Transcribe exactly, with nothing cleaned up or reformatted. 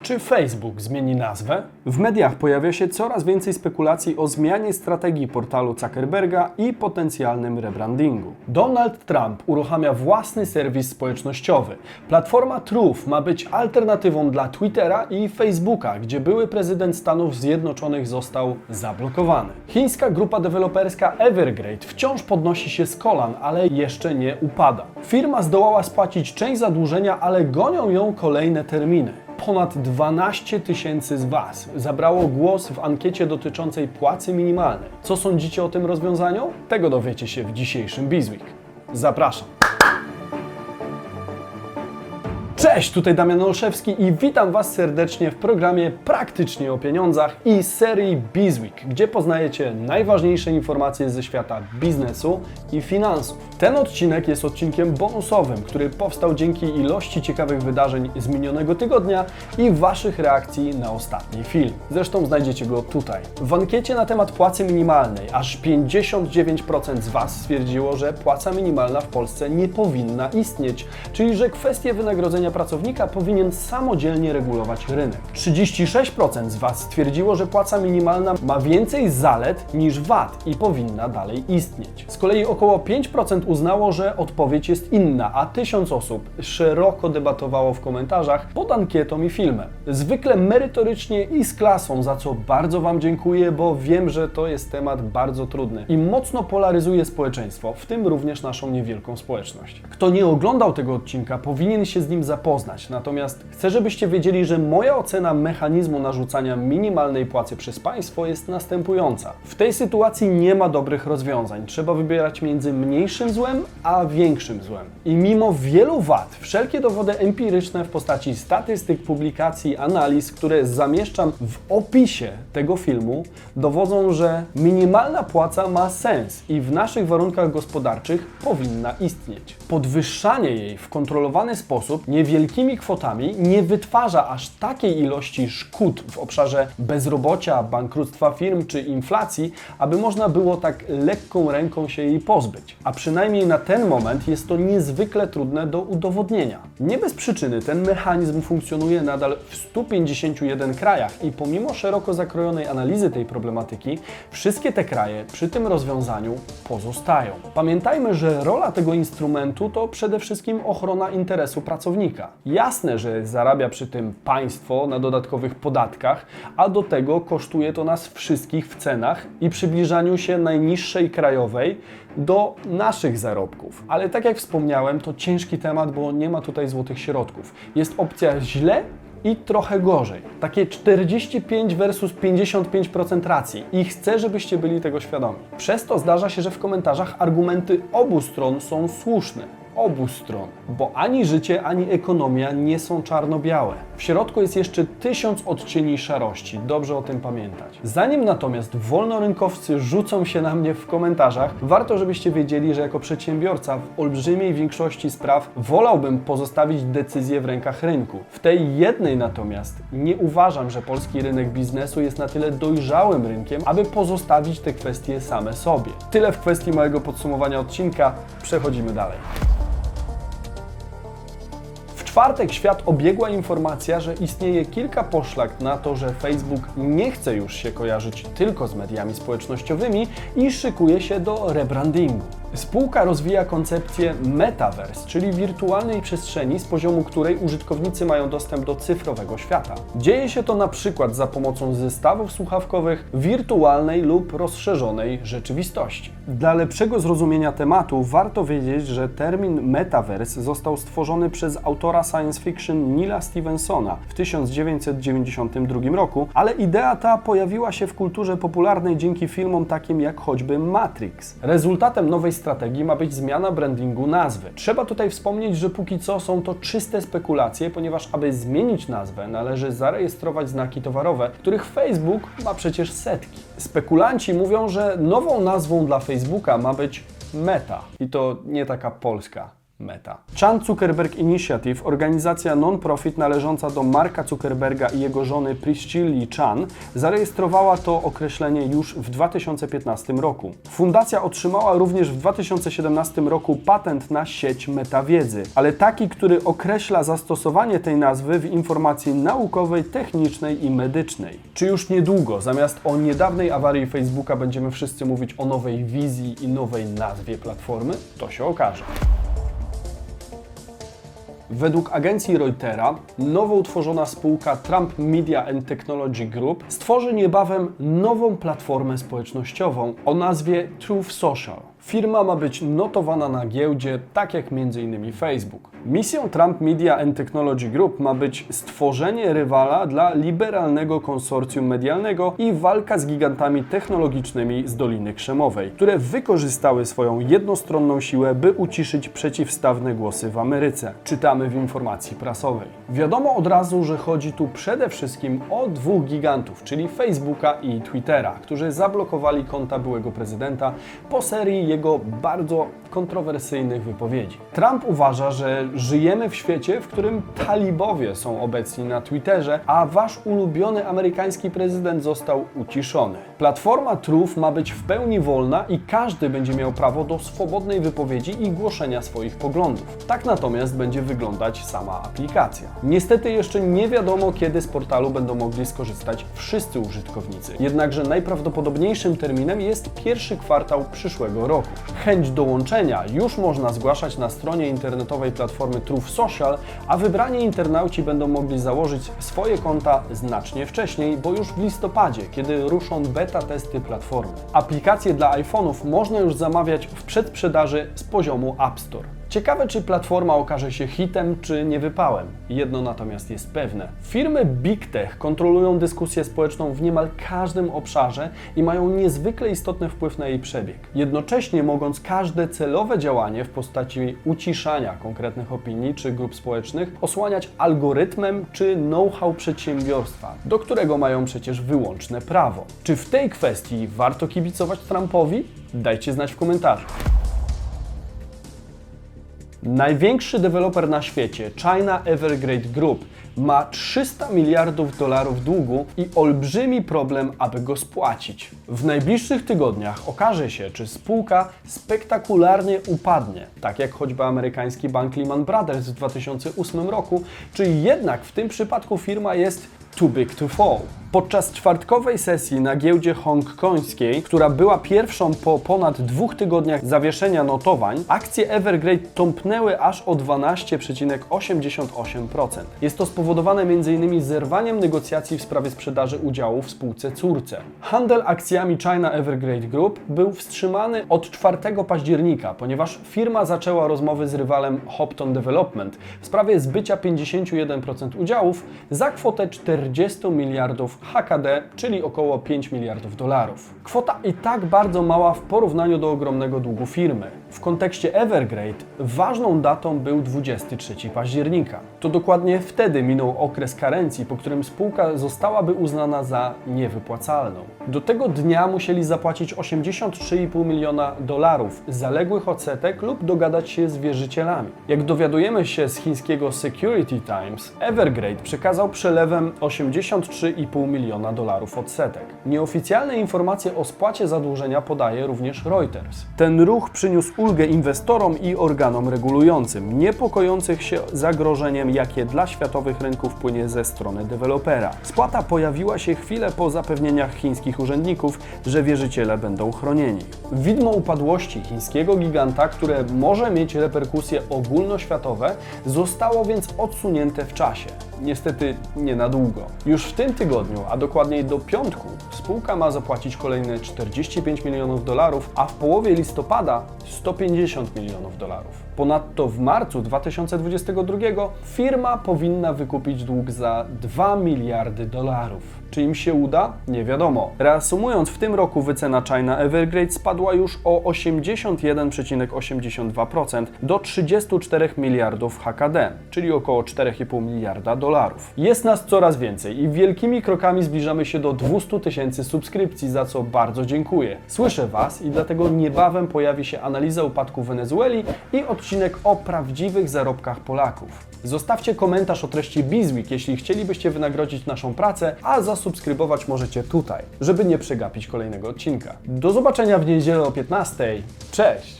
Czy Facebook zmieni nazwę? W mediach pojawia się coraz więcej spekulacji o zmianie strategii portalu Zuckerberga i potencjalnym rebrandingu. Donald Trump uruchamia własny serwis społecznościowy. Platforma Truth ma być alternatywą dla Twittera i Facebooka, gdzie były prezydent Stanów Zjednoczonych został zablokowany. Chińska grupa deweloperska Evergrande wciąż podnosi się z kolan, ale jeszcze nie upada. Firma zdołała spłacić część zadłużenia, ale gonią ją kolejne terminy. Ponad dwanaście tysięcy z Was zabrało głos w ankiecie dotyczącej płacy minimalnej. Co sądzicie o tym rozwiązaniu? Tego dowiecie się w dzisiejszym Bizweek. Zapraszam! Cześć, tutaj Damian Olszewski i witam Was serdecznie w programie Praktycznie o pieniądzach i serii Bizweek, gdzie poznajecie najważniejsze informacje ze świata biznesu i finansów. Ten odcinek jest odcinkiem bonusowym, który powstał dzięki ilości ciekawych wydarzeń z minionego tygodnia i Waszych reakcji na ostatni film. Zresztą znajdziecie go tutaj. W ankiecie na temat płacy minimalnej aż pięćdziesiąt dziewięć procent z Was stwierdziło, że płaca minimalna w Polsce nie powinna istnieć, czyli że kwestie wynagrodzenia pracownika powinien samodzielnie regulować rynek. trzydzieści sześć procent z Was stwierdziło, że płaca minimalna ma więcej zalet niż wad i powinna dalej istnieć. Z kolei około pięć procent uznało, że odpowiedź jest inna, a tysiąc osób szeroko debatowało w komentarzach pod ankietą i filmem. Zwykle merytorycznie i z klasą, za co bardzo Wam dziękuję, bo wiem, że to jest temat bardzo trudny i mocno polaryzuje społeczeństwo, w tym również naszą niewielką społeczność. Kto nie oglądał tego odcinka, powinien się z nim zapoznać, natomiast chcę, żebyście wiedzieli, że moja ocena mechanizmu narzucania minimalnej płacy przez państwo jest następująca. W tej sytuacji nie ma dobrych rozwiązań. Trzeba wybierać między mniejszym złem, a większym złem. I mimo wielu wad, wszelkie dowody empiryczne w postaci statystyk, publikacji, analiz, które zamieszczam w opisie tego filmu, dowodzą, że minimalna płaca ma sens i w naszych warunkach gospodarczych powinna istnieć. Podwyższanie jej w kontrolowany sposób niewielkimi kwotami nie wytwarza aż takiej ilości szkód w obszarze bezrobocia, bankructwa firm czy inflacji, aby można było tak lekką ręką się jej pozbyć. A przynajmniej na ten moment jest to niezwykle trudne do udowodnienia. Nie bez przyczyny ten mechanizm funkcjonuje nadal w stu pięćdziesięciu jeden krajach i pomimo szeroko zakrojonej analizy tej problematyki, wszystkie te kraje przy tym rozwiązaniu pozostają. Pamiętajmy, że rola tego instrumentu to przede wszystkim ochrona interesu pracownika. Jasne, że zarabia przy tym państwo na dodatkowych podatkach, a do tego kosztuje to nas wszystkich w cenach i przybliżaniu się najniższej krajowej do naszych zarobków. Ale tak jak wspomniałem, to ciężki temat, bo nie ma tutaj złotych środków. Jest opcja źle i trochę gorzej. Takie czterdzieści pięć versus pięćdziesiąt pięć procent racji i chcę, żebyście byli tego świadomi. Przez to zdarza się, że w komentarzach argumenty obu stron są słuszne. Obu stron, bo ani życie, ani ekonomia nie są czarno-białe. W środku jest jeszcze tysiąc odcieni szarości, dobrze o tym pamiętać. Zanim natomiast wolnorynkowcy rzucą się na mnie w komentarzach, warto, żebyście wiedzieli, że jako przedsiębiorca w olbrzymiej większości spraw wolałbym pozostawić decyzję w rękach rynku. W tej jednej natomiast nie uważam, że polski rynek biznesu jest na tyle dojrzałym rynkiem, aby pozostawić te kwestie same sobie. Tyle w kwestii mojego podsumowania odcinka, przechodzimy dalej. W czwartek świat obiegła informacja, że istnieje kilka poszlak na to, że Facebook nie chce już się kojarzyć tylko z mediami społecznościowymi i szykuje się do rebrandingu. Spółka rozwija koncepcję Metaverse, czyli wirtualnej przestrzeni, z poziomu której użytkownicy mają dostęp do cyfrowego świata. Dzieje się to na przykład za pomocą zestawów słuchawkowych, wirtualnej lub rozszerzonej rzeczywistości. Dla lepszego zrozumienia tematu warto wiedzieć, że termin Metaverse został stworzony przez autora science fiction Neila Stephensona w tysiąc dziewięćset dziewięćdziesiątym drugim roku, ale idea ta pojawiła się w kulturze popularnej dzięki filmom takim jak choćby Matrix. Rezultatem nowej strategii ma być zmiana brandingu nazwy. Trzeba tutaj wspomnieć, że póki co są to czyste spekulacje, ponieważ aby zmienić nazwę, należy zarejestrować znaki towarowe, których Facebook ma przecież setki. Spekulanci mówią, że nową nazwą dla Facebooka ma być Meta. I to nie taka polska Meta. Chan Zuckerberg Initiative, organizacja non-profit należąca do Marka Zuckerberga i jego żony Priscilli Chan, zarejestrowała to określenie już w dwa tysiące piętnastym roku. Fundacja otrzymała również w dwa tysiące siedemnastym roku patent na sieć metawiedzy, ale taki, który określa zastosowanie tej nazwy w informacji naukowej, technicznej i medycznej. Czy już niedługo, zamiast o niedawnej awarii Facebooka, będziemy wszyscy mówić o nowej wizji i nowej nazwie platformy? To się okaże. Według agencji Reutera nowo utworzona spółka Trump Media and Technology Group stworzy niebawem nową platformę społecznościową o nazwie Truth Social. Firma ma być notowana na giełdzie, tak jak między innymi Facebook. Misją Trump Media and Technology Group ma być stworzenie rywala dla liberalnego konsorcjum medialnego i walka z gigantami technologicznymi z Doliny Krzemowej, które wykorzystały swoją jednostronną siłę, by uciszyć przeciwstawne głosy w Ameryce. Czytamy w informacji prasowej. Wiadomo od razu, że chodzi tu przede wszystkim o dwóch gigantów, czyli Facebooka i Twittera, którzy zablokowali konta byłego prezydenta po serii jego bardzo kontrowersyjnych wypowiedzi. Trump uważa, że żyjemy w świecie, w którym talibowie są obecni na Twitterze, a wasz ulubiony amerykański prezydent został uciszony. Platforma Truth ma być w pełni wolna i każdy będzie miał prawo do swobodnej wypowiedzi i głoszenia swoich poglądów. Tak natomiast będzie wyglądać sama aplikacja. Niestety jeszcze nie wiadomo, kiedy z portalu będą mogli skorzystać wszyscy użytkownicy. Jednakże najprawdopodobniejszym terminem jest pierwszy kwartał przyszłego roku. Chęć dołączenia już można zgłaszać na stronie internetowej platformy Truth Social, a wybrani internauci będą mogli założyć swoje konta znacznie wcześniej, bo już w listopadzie, kiedy ruszą beta testy platformy. Aplikacje dla iPhone'ów można już zamawiać w przedsprzedaży z poziomu App Store. Ciekawe, czy platforma okaże się hitem, czy niewypałem. Jedno natomiast jest pewne. Firmy Big Tech kontrolują dyskusję społeczną w niemal każdym obszarze i mają niezwykle istotny wpływ na jej przebieg. Jednocześnie mogąc każde celowe działanie w postaci uciszania konkretnych opinii czy grup społecznych osłaniać algorytmem czy know-how przedsiębiorstwa, do którego mają przecież wyłączne prawo. Czy w tej kwestii warto kibicować Trumpowi? Dajcie znać w komentarzu. Największy deweloper na świecie, China Evergrande Group, ma trzysta miliardów dolarów długu i olbrzymi problem, aby go spłacić. W najbliższych tygodniach okaże się, czy spółka spektakularnie upadnie, tak jak choćby amerykański bank Lehman Brothers w dwa tysiące ósmym roku, czy jednak w tym przypadku firma jest too big to fall. Podczas czwartkowej sesji na giełdzie hongkońskiej, która była pierwszą po ponad dwóch tygodniach zawieszenia notowań, akcje Evergrande tąpnęły aż o dwanaście przecinek osiemdziesiąt osiem procent. Jest to spowodowane między innymi zerwaniem negocjacji w sprawie sprzedaży udziałów w spółce córce. Handel akcjami China Evergrande Group był wstrzymany od czwartego października, ponieważ firma zaczęła rozmowy z rywalem Hopton Development w sprawie zbycia pięćdziesiąt jeden procent udziałów za kwotę czterdzieści miliardów H K D, czyli około pięć miliardów dolarów. Kwota i tak bardzo mała w porównaniu do ogromnego długu firmy. W kontekście Evergrande ważną datą był dwudziestego trzeciego października. To dokładnie wtedy minął okres karencji, po którym spółka zostałaby uznana za niewypłacalną. Do tego dnia musieli zapłacić osiemdziesiąt trzy i pół miliona dolarów zaległych odsetek lub dogadać się z wierzycielami. Jak dowiadujemy się z chińskiego Security Times, Evergrande przekazał przelewem osiemdziesiąt trzy i pół miliona dolarów odsetek. Nieoficjalne informacje o spłacie zadłużenia podaje również Reuters. Ten ruch przyniósł ulgę inwestorom i organom regulującym, niepokojących się zagrożeniem, jakie dla światowych rynków płynie ze strony dewelopera. Spłata pojawiła się chwilę po zapewnieniach chińskich urzędników, że wierzyciele będą chronieni. Widmo upadłości chińskiego giganta, które może mieć reperkusje ogólnoświatowe, zostało więc odsunięte w czasie. Niestety nie na długo. Już w tym tygodniu, a dokładniej do piątku, spółka ma zapłacić kolejne czterdzieści pięć milionów dolarów, a w połowie listopada sto pięćdziesiąt milionów dolarów. Ponadto w marcu dwa tysiące dwudziestego drugiego firma powinna wykupić dług za dwa miliardy dolarów. Czy im się uda? Nie wiadomo. Reasumując, w tym roku wycena China Evergrande spadła już o osiemdziesiąt jeden przecinek osiemdziesiąt dwa procent do trzydziestu czterech miliardów H K D, czyli około cztery i pół miliarda dolarów. dolarów. Jest nas coraz więcej i wielkimi krokami zbliżamy się do dwieście tysięcy subskrypcji, za co bardzo dziękuję. Słyszę Was i dlatego niebawem pojawi się analiza upadku Wenezueli i odcinek o prawdziwych zarobkach Polaków. Zostawcie komentarz o treści Bizweek, jeśli chcielibyście wynagrodzić naszą pracę, a zasubskrybować możecie tutaj, żeby nie przegapić kolejnego odcinka. Do zobaczenia w niedzielę o piętnastej. Cześć!